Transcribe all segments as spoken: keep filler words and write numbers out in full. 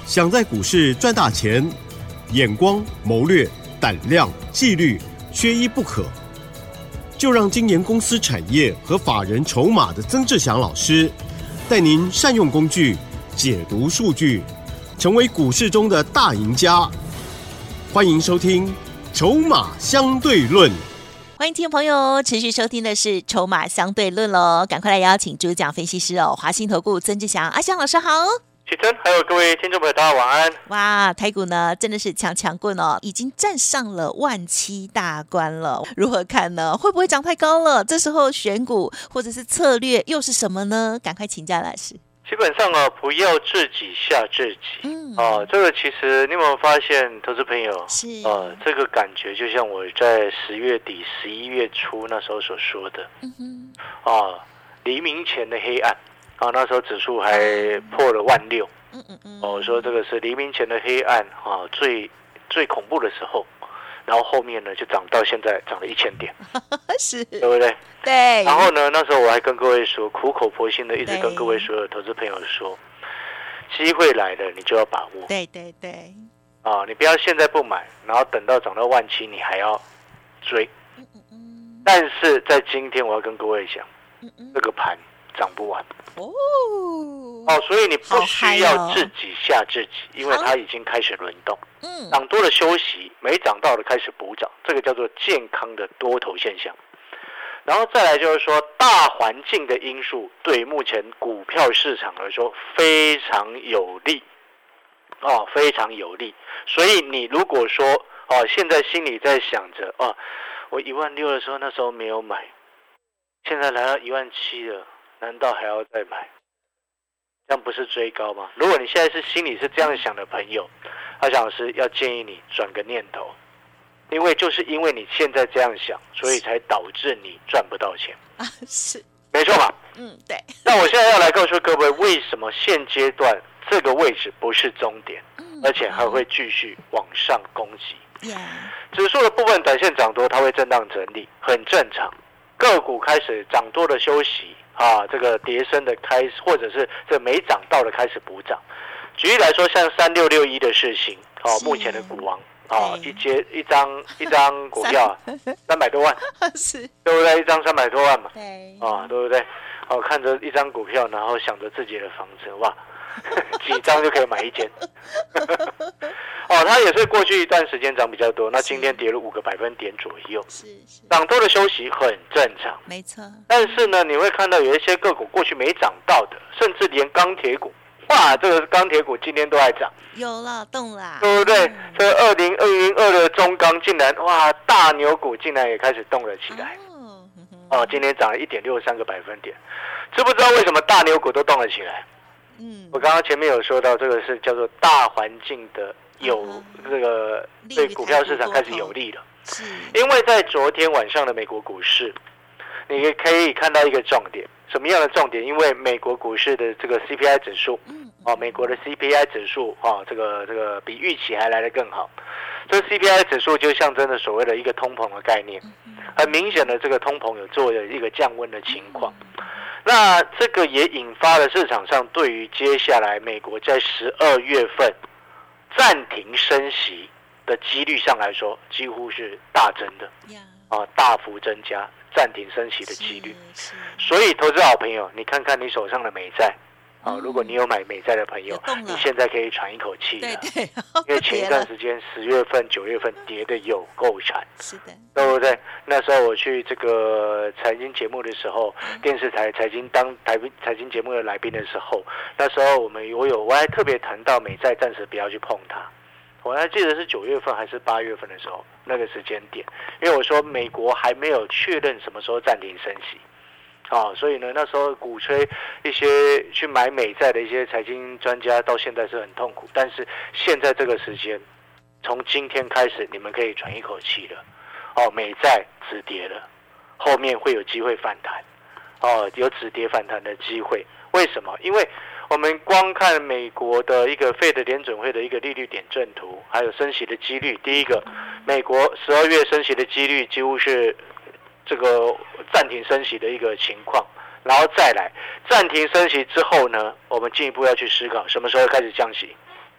想在股市赚大钱，眼光、谋略、胆量、纪律，缺一不可。就让金研公司产业和法人筹码的曾志祥老师，带您善用工具，解读数据，成为股市中的大赢家。欢迎收听《筹码相对论》。 欢迎听众朋友持续收听的是《筹码相对论》喽，赶快来邀请主讲分析师哦，华信投顾曾志祥阿祥老师好。 启真，还有各位听众朋友，大家晚安。 哇，台股呢真的是强强棍哦，已经站上了万七大关了。如何看呢？会不会涨太高了？这时候选股或者是策略又是什么呢？赶快请教老师。 基本上啊，不要自己吓自己。嗯，哦，这个其实你有没有发现，投资朋友是呃，这个感觉就像我在十月底、十一月初那时候所说的，嗯哼，啊，黎明前的黑暗。啊，那时候指数还破了万六，嗯嗯嗯，我说这个是黎明前的黑暗啊，最最恐怖的时候，然后后面呢就涨到现在涨了一千点， 是， 对不对？ 对。 然后呢，那时候我还跟各位说，苦口婆心的一直跟各位所有投资朋友说，机会来了你就要把握， 对对对， 啊，你不要现在不买，然后等到涨到万七你还要追，嗯嗯嗯。但是在今天我要跟各位讲，嗯嗯，这个盘涨不完。哦哦，所以你不需要自己吓自己，因为它已经开始轮动。嗯，涨多的休息，没涨到的开始补涨，这个叫做健康的多头现象。然后再来就是说，大环境的因素对目前股票市场来说非常有利，哦，非常有利。所以你如果说哦，现在心里在想着哦，我一万六的时候那时候没有买，现在来到一万七了。难道还要再买？这样不是追高吗？如果你现在是心里是这样想的朋友，阿翔老师要建议你转个念头，因为就是因为你现在这样想，所以才导致你赚不到钱啊， 是没错吧？ 嗯，对。 那我现在要来告诉各位，为什么现阶段这个位置不是终点，而且还会继续往上攻击。Yeah. 指数的部分短线涨多，它会震荡整理，很正常。个股开始涨多的休息。啊，这个跌升的开始，或者是这没涨到的开始补涨。举例来说，像三六六一的事情，哦，目前的股王，哦，一接一张一张股票三百多万，是，对不对？一张三百多万嘛，对，啊，对不对？哦，看着一张股票，然后想着自己的房子，哇，几张就可以买一间。哦，它也是过去一段时间涨比较多，那今天跌了五个百分点左右，是是，涨多的休息很正常， 没错。 但是呢，你会看到有一些个股过去没涨到的，甚至连钢铁股，哇，这个钢铁股今天都在涨， 有了动了， 对不对？嗯、这个二零二零二的中钢竟然哇，大牛股竟然也开始动了起来，哦，哦今天涨了一点六三个百分点，知不知道为什么大牛股都动了起来？嗯，我刚刚前面有说到，这个是叫做大环境的。有这个对股票市场开始有利了，因为在昨天晚上的美国股市，你可以看到一个重点，什么样的重点？因为美国股市的这个 C P I 指数，哦，美国的 C P I 指数，哦，这个这个比预期还来得更好。这个 C P I 指数就象征着所谓的一个通膨的概念，很明显的这个通膨有做了一个降温的情况。那这个也引发了市场上对于接下来美国在十二月份暂停升息的几率上来说，几乎是大增的，啊，大幅增加暂停升息的几率。所以，投资好朋友，你看看你手上的美债，啊，如果你有买美债的朋友，你现在可以喘一口气了，对对，因为前一段时间十月份、九月份跌的有够惨，是的，对不对？那时候我去这个财经节目的时候，电视台财经当台财经节目的来宾的时候，那时候我们我有我还特别谈到美债暂时不要去碰它。我还记得是九月份还是八月份的时候，那个时间点，因为我说美国还没有确认什么时候暂停升息。哦，所以呢，那时候鼓吹一些去买美债的一些财经专家，到现在是很痛苦。但是现在这个时间，从今天开始，你们可以喘一口气了。哦，美债止跌了，后面会有机会反弹。哦，有止跌反弹的机会。为什么？因为我们光看美国的一个Fed联准会的一个利率点阵图，还有升息的几率。第一个，美国十二月升息的几率几乎是这个暂停升息的一个情况，然后再来暂停升息之后呢，我们进一步要去思考什么时候开始降息。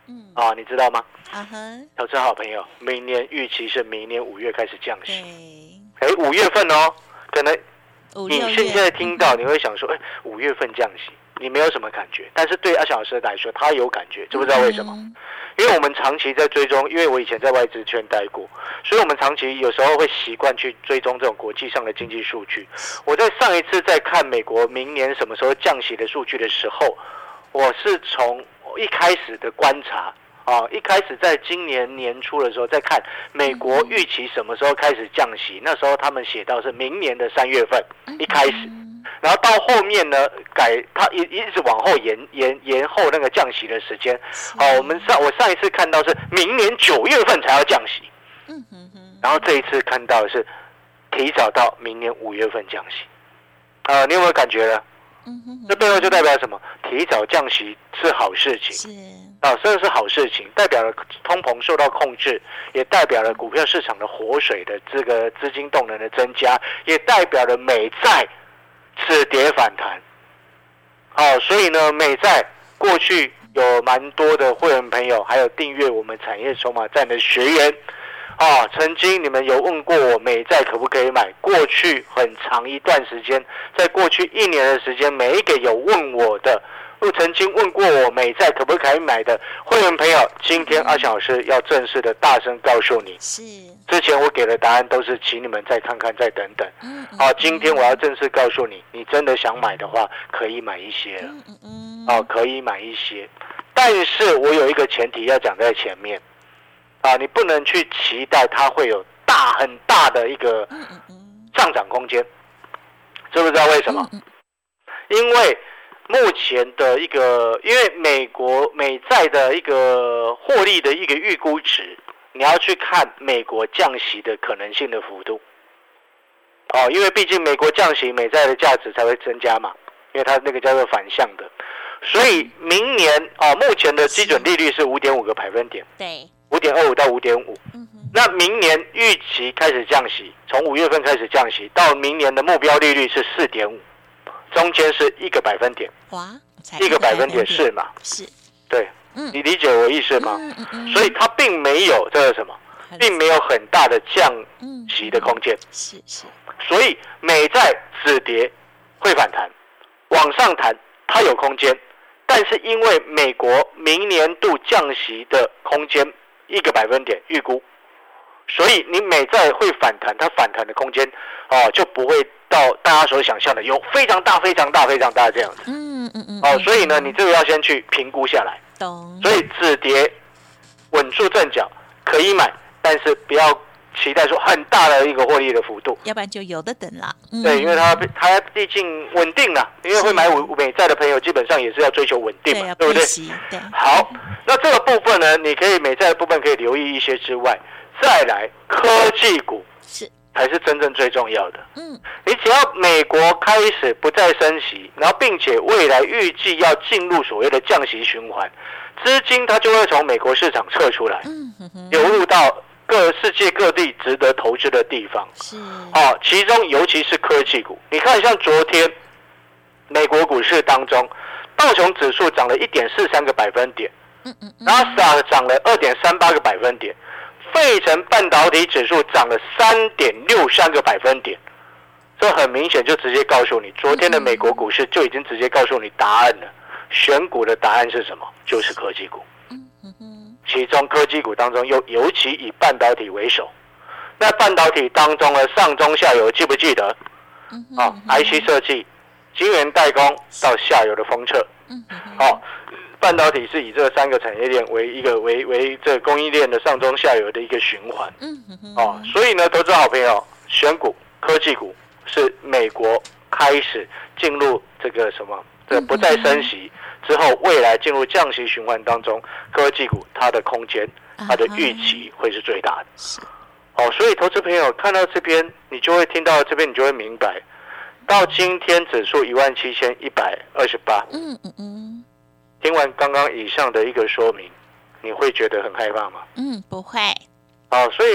嗯啊，你知道吗？ 啊哈， 投资好朋友，明年预期是明年五月开始降息。 对， 哎，五月份哦，可能你五六月现在听到，你会想说，哎，五月份降息，你没有什么感觉，但是对阿翔老师来说，他有感觉，知不知道为什么？ 嗯因为我们长期在追踪，因为我以前在外资圈待过，所以我们长期有时候会习惯去追踪这种国际上的经济数据。我在上一次在看美国明年什么时候降息的数据的时候，我是从一开始的观察啊，一开始在今年年初的时候在看美国预期什么时候开始降息，那时候他们写到是明年的三月份一开始。然后到后面呢，改它一一直往后延延延后那个降息的时间。好、哦，我们上我上一次看到是明年九月份才要降息，嗯哼哼。然后这一次看到的是提早到明年五月份降息。啊、呃，你有没有感觉呢？嗯哼哼。这背后就代表什么？提早降息是好事情。是。啊、哦，这是好事情，代表了通膨受到控制，也代表了股票市场的活水的这个资金动能的增加，也代表了美债止跌反弹。好、哦，所以呢，美债过去有蛮多的会员朋友，还有订阅我们产业筹码站的学员，啊、哦，曾经你们有问过我美债可不可以买？过去很长一段时间，在过去一年的时间，每一个有问我的，我曾经问过我美债可不可以买的会员朋友，今天阿翔老师要正式的大声告诉你，是之前我给的答案都是请你们再看看再等等。好、哦，今天我要正式告诉你，你真的想买的话，可以买一些了。哦，可以买一些，但是我有一个前提要讲在前面。啊，你不能去期待它会有大很大的一个上涨空间，知不知道为什么？因为目前的一个，因为美国美债的一个获利的一个预估值，你要去看美国降息的可能性的幅度。哦，因为毕竟美国降息，美债的价值才会增加嘛，因为它那个叫做反向的。所以明年啊、哦，目前的基准利率是 五点五 个百分点。对。五点二五到五点五，那明年预期开始降息，从五月份开始降息，到明年的目标利率是 四点五， 中间是一个百分点。哇，一个百分点是嘛？是，对，嗯、你理解我意思吗？嗯嗯嗯、所以它并没有这个什么，并没有很大的降息的空间。是是，所以美债止跌会反弹，往上弹它有空间，但是因为美国明年度降息的空间一个百分点预估，所以你美债会反弹，它反弹的空间哦就不会到大家所想象的有非常大、非常大、非常大这样子。嗯嗯嗯。哦，所以呢，你这个要先去评估下来。懂。所以止跌稳住阵脚可以买，但是不要期待说很大的一个获利的幅度， 要不然就有的等了。嗯、 对，因为它它毕竟稳定了，因为会买美债的朋友基本上也是要追求稳定嘛， 对, 对不对？对。好，那这个部分呢，你可以美债的部分可以留意一些之外，再来科技股是才是真正最重要的。嗯，你只要美国开始不再升息，然后并且未来预计要进入所谓的降息循环，资金它就会从美国市场撤出来，嗯、流入到各世界各地值得投资的地方。是哦，其中尤其是科技股，你看像昨天美国股市当中，道琼指数涨了 一点四三 个百分点，纳斯达克涨了 二点三八 个百分点，费城半导体指数涨了 三点六三 个百分点。这很明显就直接告诉你，昨天的美国股市就已经直接告诉你答案了。选股的答案是什么？就是科技股。其中科技股当中又尤其以半导体为首，那半导体当中的上中下游记不记得？哦 ，I C 设计、晶圆代工到下游的封测，哦，半导体是以这三个产业链为一个为为这个供应链的上中下游的一个循环，哦，所以呢，投资好朋友选股科技股是美国开始进入这个什么？这不再升息之后，未来进入降息循环当中，科技股它的空间、它的预期会是最大的。是，哦，所以投资朋友看到这边，你就会听到这边，你就会明白，到今天指数一万七千一百二十八。嗯嗯嗯。听完刚刚以上的一个说明，你会觉得很害怕吗？ 嗯，不会。 哦，所以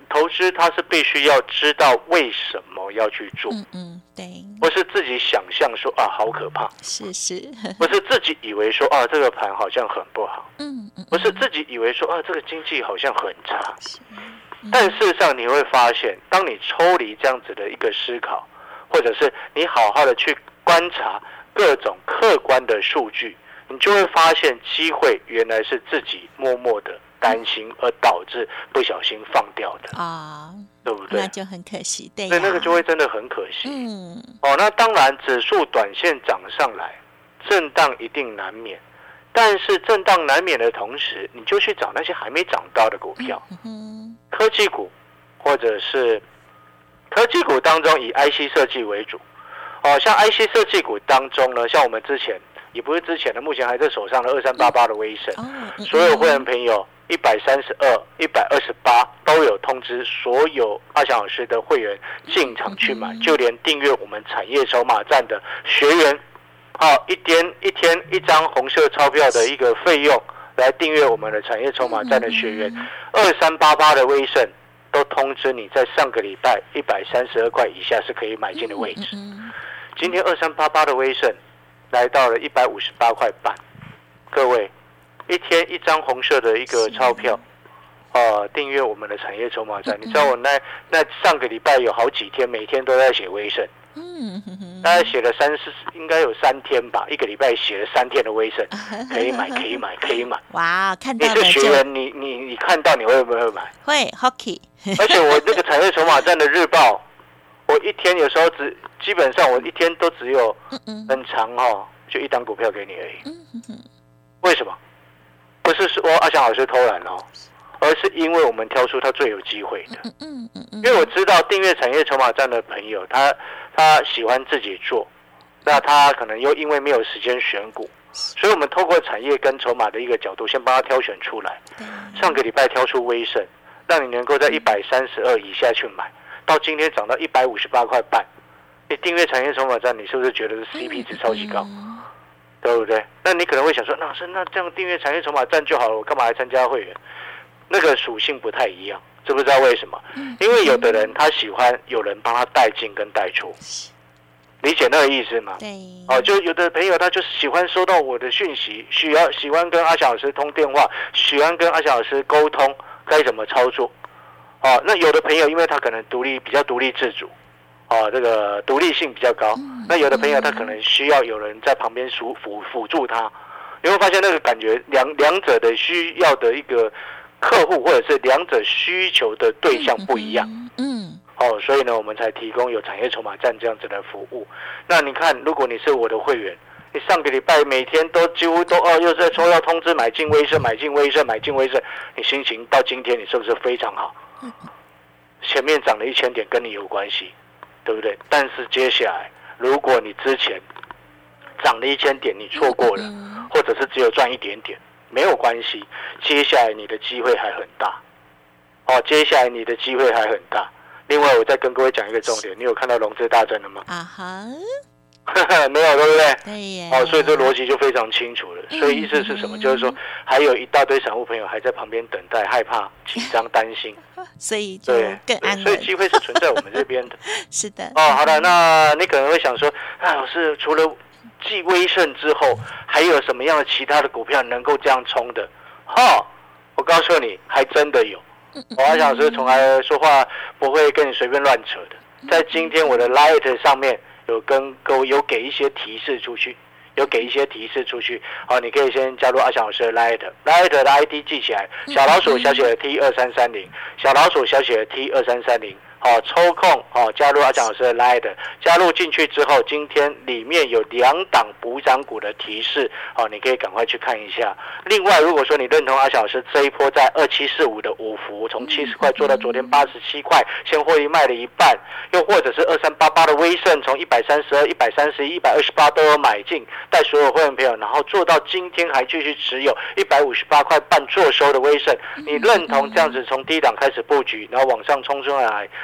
投资它是必须要知道为什么要去做， 嗯嗯，对， 不是自己想象说啊好可怕， 是是， 不是自己以为说啊这个盘好像很不好， 嗯嗯， 不是自己以为说啊这个经济好像很差， 嗯、 但事实上你会发现，当你抽离这样子的一个思考，或者是你好好的去观察各种客观的数据，你就会发现机会原来是自己默默的担心而导致不小心放掉的啊， 对不对？ 那就很可惜，对呀， 对，那个就会真的很可惜。 嗯， 哦，那当然，指数短线涨上来，震荡一定难免，但是震荡难免的同时，你就去找那些还没涨到的股票， 嗯哼， 科技股，或者是科技股当中以 I C 设计为主。哦，像 I C 设计股当中呢，像我们之前也不是之前的，目前还在手上的二三八八的威盛， 哦， 所有会员朋友一百三十二、一百二十八都有通知所有阿翔老师的会员进场去买，就连订阅我们产业筹码站的学员，好，一天一天一张红色钞票的一个费用来订阅我们的产业筹码站的学员，二三八八的威盛都通知你在上个礼拜一百三十二块以下是可以买进的位置。今天二三八八的威盛来到了一百五十八块半，各位，一天一张红色的一个钞票，呃，订阅我们的产业筹码站。你知道我那那上个礼拜有好几天，每天都在写威盛，嗯，大概写了三四，应该有三天吧，一个礼拜写了三天的威盛，可以买，可以买，可以买。 哇，看到你是学员，你你你看到你会不会买？ 会 ，Hockey。 而且我那个产业筹码站的日报，我一天有时候只基本上我一天都只有很长哦，就一档股票给你而已。为什么？不是说阿翔老师偷懒哦，而是因为我们挑出他最有机会的。因为我知道订阅产业筹码站的朋友，他他喜欢自己做，那他可能又因为没有时间选股，所以我们透过产业跟筹码的一个角度，先帮他挑选出来。上个礼拜挑出威盛，让你能够在一百三十二以下去买，到今天涨到一百五十八块半。你订阅产业筹码站，你是不是觉得是 C P 值超级高？对不对？那你可能会想说，那是那这样订阅产业筹码站就好了，我干嘛还参加会员？那个属性不太一样，知不知道为什么？因为有的人他喜欢有人帮他带进跟带出，理解那个意思吗？ 对。 哦，就有的朋友他就是喜欢收到我的讯息，喜欢喜欢跟阿翔老师通电话，喜欢跟阿翔老师沟通该怎么操作。哦，那有的朋友因为他可能独立比较独立自主。哦，这个独立性比较高。那有的朋友他可能需要有人在旁边辅辅辅助他，你会发现那个感觉两两者的需要的一个客户或者是两者需求的对象不一样。嗯，哦，所以呢，我们才提供有产业筹码站这样子的服务。那你看，如果你是我的会员，你上个礼拜每天都几乎都哦又在抽要通知买进威盛，买进威盛，买进威盛，你心情到今天你是不是非常好？前面涨了一千点跟你有关系。对不对？但是接下来，如果你之前涨了一千点，你错过了，或者是只有赚一点点，没有关系。接下来你的机会还很大，哦，接下来你的机会还很大。另外，我再跟各位讲一个重点，你有看到融资大增了吗？ 啊哈， 没有，对不对？ 对耶。 哦，所以这逻辑就非常清楚了。所以意思是什么？就是说，还有一大堆散户朋友还在旁边等待，害怕、紧张、担心。 所以就更安稳， 所以机会是存在我们这边的。 是的。 哦，好的，那你可能会想说，啊，老师，除了继威盛之后，还有什么样的其他的股票能够这样冲的？哈，我告诉你，还真的有。我阿翔老师从来说话不会跟你随便乱扯的，在今天我的 Light 上面有跟各位有给一些提示出去。有给一些提示出去，好，你可以先加入阿翔老师的 Light，Light 的 I D 记起来，小老鼠小写的 T 二三三零，小老鼠小写的 T 二三三零，好，抽空好加入阿翔老师的 Light， 加入进去之后，今天里面有两档补涨股的提示，好，你可以赶快去看一下。另外，如果说你认同阿翔老师这一波在二七四五的五福，从七十块做到昨天八十七块，先获利卖了一半，又或者是二三八八的威盛，从一百三十二、一百三十一、一百二十八都有买进，带所有会员朋友，然后做到今天还继续持有一百五十八块半做收的威盛，你认同这样子从低档开始布局，然后往上冲出来，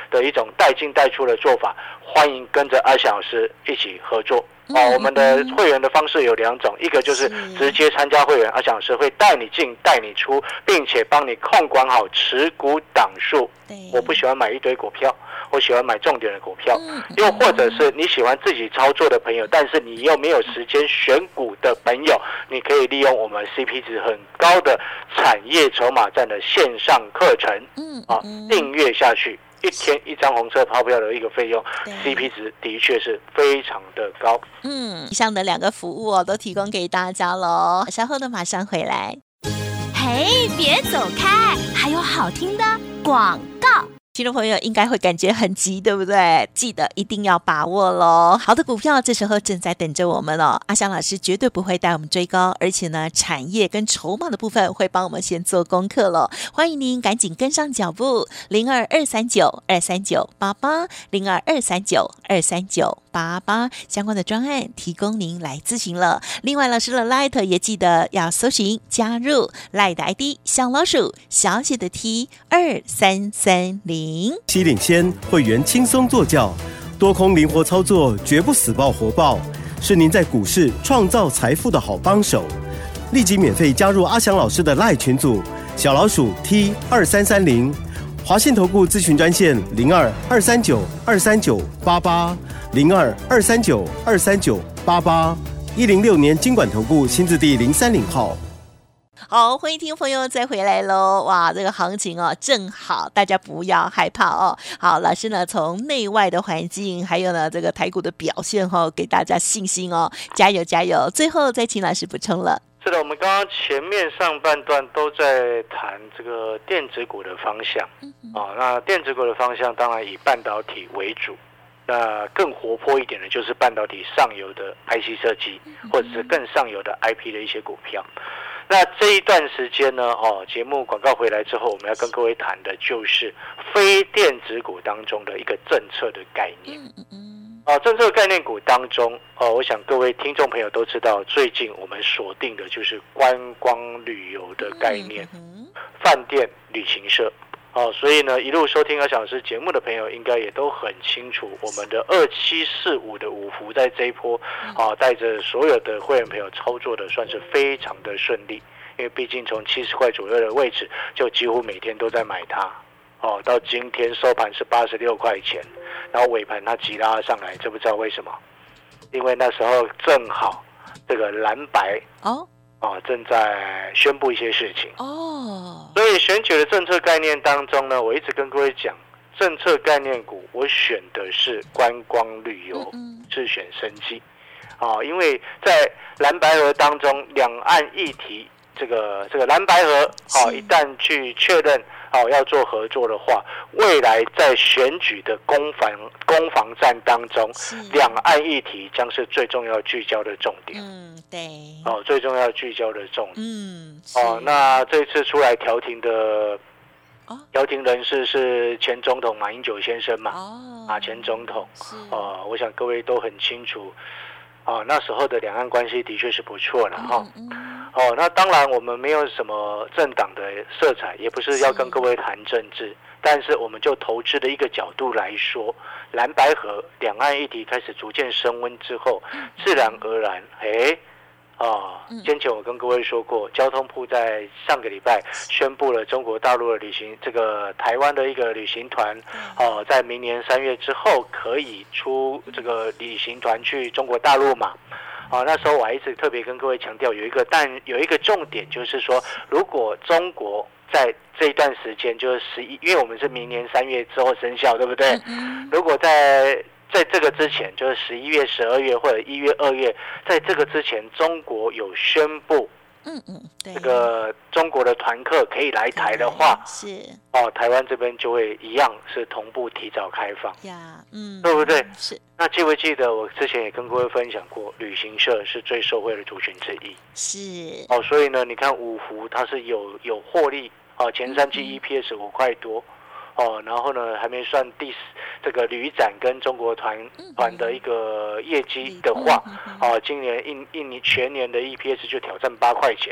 的一种带进带出的做法，欢迎跟着阿翔老师一起合作。哦，我们的会员的方式有两种，一个就是直接参加会员，阿翔老师会带你进带你出，并且帮你控管好持股档数。我不喜欢买一堆股票，我喜欢买重点的股票。又或者是你喜欢自己操作的朋友，但是你又没有时间选股的朋友，你可以利用我们 C P 值很高的产业筹码站的线上课程，啊，订阅下去。一天一张红色钞票的一个费用 ，C P 值的确是非常的高。 嗯，以上的两个服务哦，都提供给大家喽。稍后的马上回来。 嘿，别走开，还有好听的广告。 听众朋友应该会感觉很急，对不对？记得一定要把握咯。好的股票这时候正在等着我们哦。阿翔老师绝对不会带我们追高，而且呢，产业跟筹码的部分会帮我们先做功课咯。欢迎您赶紧跟上脚步，零二二三九二三九八八，零二二三九二三九八八，相关的专案提供您来咨询了。另外，老师的 Light 也记得要搜寻加入 Light 的 I D 小老鼠小写的 T 二三三零。 西领先会员轻松做教，多空灵活操作，绝不死抱活抱，是您在股市创造财富的好帮手。立即免费加入阿翔老师的 LINE 群组，小老鼠 T 二三三零，华信投顾咨询专线零二二三九二三九八八零二二三九二三九八八，一零六年金管投顾新字第零三零号。 好，欢迎听众朋友再回来喽！哇，这个行情哦，正好，大家不要害怕哦。好，老师呢从内外的环境，还有呢这个台股的表现哦，给大家信心哦，加油加油！最后再请老师补充了。 是的，我们刚刚前面上半段都在谈这个电子股的方向，嗯哦，那电子股的方向当然以半导体为主。那更活泼一点的就是半导体上游的 I C 设计，或者是更上游的 I P 的一些股票。那这一段时间呢，哦，节目广告回来之后，我们要跟各位谈的就是非电子股当中的一个政策的概念。哦，政策概念股当中，哦，我想各位听众朋友都知道，最近我们锁定的就是观光旅游的概念，饭店、旅行社。哦，所以呢，一路收听阿翔老师节目的朋友，应该也都很清楚，我们的二七四五的五福在这一波，啊，带着所有的会员朋友操作的，算是非常的顺利。因为毕竟从七十块左右的位置，就几乎每天都在买它。哦，到今天收盘是八十六块钱，然后尾盘它急拉上来，知不知道为什么？因为那时候正好这个蓝白哦。哦，正在宣布一些事情哦，所以选举的政策概念当中呢，我一直跟各位讲，政策概念股我选的是观光旅游，嗯、是选生技，哦，因为在蓝白合当中，两岸议题这个这个蓝白合，哦，一旦去确认哦要做合作的话，未来在选举的攻防攻防战当中，两岸议题将是最重要聚焦的重点。嗯，对。哦，最重要聚焦的重点。嗯。哦，那这次出来调停的，调停人士是前总统马英九先生嘛？哦。啊，前总统。是。哦，我想各位都很清楚。哦，那时候的两岸关系的确是不错的哈。嗯嗯哦，那当然我们没有什么政党的色彩，也不是要跟各位谈政治，但是我们就投资的一个角度来说，蓝白合两岸议题开始逐渐升温之后，自然而然，哎，啊，先前我跟各位说过，交通部在上个礼拜宣布了中国大陆的旅行，这个台湾的一个旅行团，哦、呃，在明年三月之后可以出这个旅行团去中国大陆嘛。哦，那时候我还一直特别跟各位强调，有一个但有一个重点，就是说，如果中国在这一段时间，就是十一，因为我们是明年三月之后生效，对不对？如果在在这个之前，就是十一月、十二月或者一月、二月，在这个之前，中国有宣布，嗯嗯，对，这个中国的团客可以来台的话，是哦，台湾这边就会一样是同步提早开放呀，嗯，对不对？是。那记不记得我之前也跟各位分享过，旅行社是最受惠的族群之一，是哦，所以呢，你看五福它是有有获利哦，前三季 E P S 五块多。哦，然后呢，还没算第这个旅展跟中国团团的一个业绩的话，哦，今年一一年全年的 E P S 就挑战八块钱，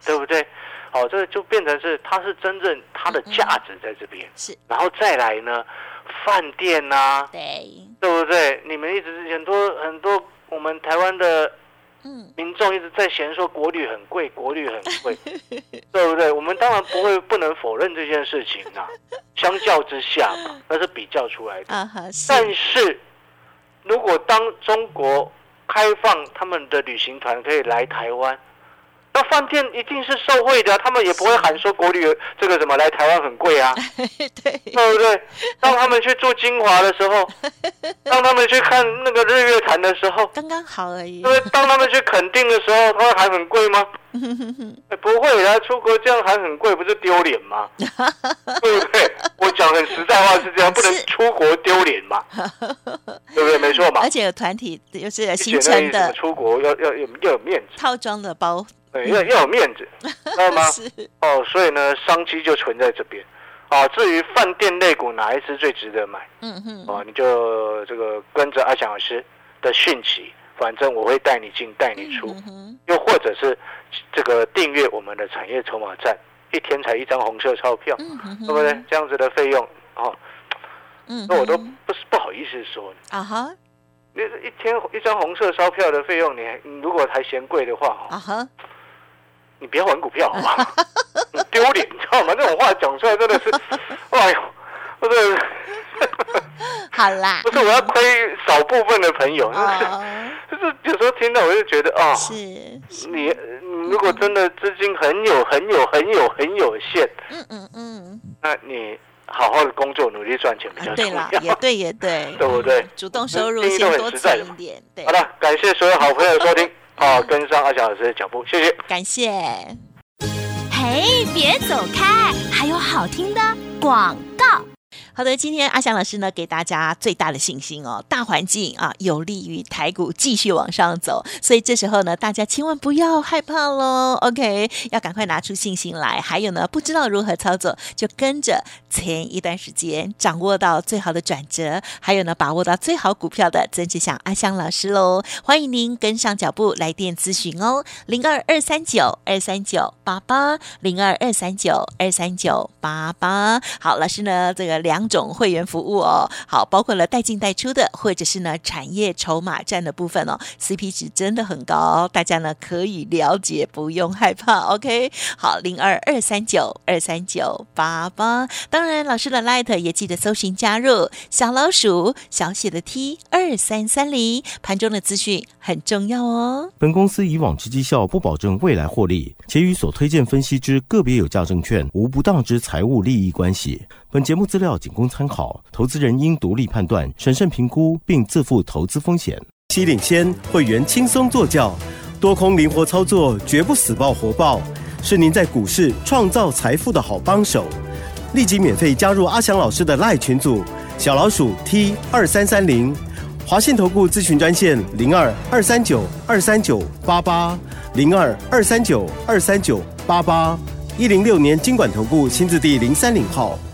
对不对？好，这就变成是它是真正它的价值在这边。 是， 然后再来呢，饭店呐， 对， 对不对？你们一直很多很多我们台湾的民众一直在嫌说国旅很贵，国旅很贵，对不对？我们当然不会不能否认这件事情啊。相较之下嘛，那是比较出来的。 啊哈，是。 但是如果当中国开放他们的旅行团可以来台湾，那饭店一定是受惠的，他们也不会喊说国旅这个什么来台湾很贵啊， 对， 对不对？当他们去住金华的时候，当他们去看那个日月潭的时候， 刚刚好而已。 因为当他们去垦丁的时候，他会喊很贵吗？欸、不会啊，出国这样喊很贵，不是丢脸吗？对不对？我讲很实在话是这样，不能出国丢脸嘛，对不对？没错嘛。 而且有团体，就是行程的出国要要要要有面子， 套装的包。 对，要要有面子，知道吗？哦，所以呢，商机就存在这边。哦，至于饭店类股哪一支最值得买？嗯哼，哦，你就这个跟着阿翔老师的讯息，反正我会带你进，带你出。嗯、又或者是这个订阅我们的产业筹码站，一天才一张红色钞票，嗯、对不对？这样子的费用，哦，嗯，那我都不是不好意思说啊哈。你一天一张红色钞票的费用，你你如果还嫌贵的话，啊哈。你别玩股票好吗？你丢脸，你知道吗？这种话讲出来真的是，哎呦，不是， 好啦， 不是我要亏少部分的朋友，就是就是有时候听到我就觉得哦，是你如果真的资金很有很有很有很有限，嗯嗯嗯，那你好好的工作，努力赚钱比较重要。 对啦，也对也对， 对不对？ 主动收入先多存一点。对， 好了，感谢所有好朋友的收听。好，跟上阿翔老师的脚步，谢谢， 感谢。 嘿，别走开，还有好听的广告。 好的，今天阿翔老师呢给大家最大的信心哦，大环境啊有利于台股继续往上走，所以这时候呢大家千万不要害怕咯 OK， 要赶快拿出信心来。还有呢不知道如何操作，就跟着前一段时间掌握到最好的转折，还有呢把握到最好股票的曾志祥阿翔老师咯，欢迎您跟上脚步来电咨询哦，零二二三九二三九八八零二二三九二三九八八。好，老师呢这个两种会员服务哦，好，包括了带进带出的，或者是呢产业筹码战的部分哦 ，C P 值真的很高，大家呢可以了解，不用害怕 ，OK。好，零二二三九二三九八八，当然老师的 Light 也记得搜寻加入小老鼠小写的 T 二三三零，盘中的资讯很重要哦。 本公司以往之绩效不保证未来获利，且与所推荐分析之个别有价证券无不当之财务利益关系。本节目资料仅供参考，投资人应独立判断、审慎评估，并自负投资风险。期领先，会员轻松做教，多空灵活操作，绝不死抱活抱，是您在股市创造财富的好帮手。立即免费加入阿翔老师的 LINE 群组，小老鼠 T 二三三零，华信投顾咨询专线零二二三九二三九八八零二二三九二三九八八，一零六年金管投顾新字第零三零号。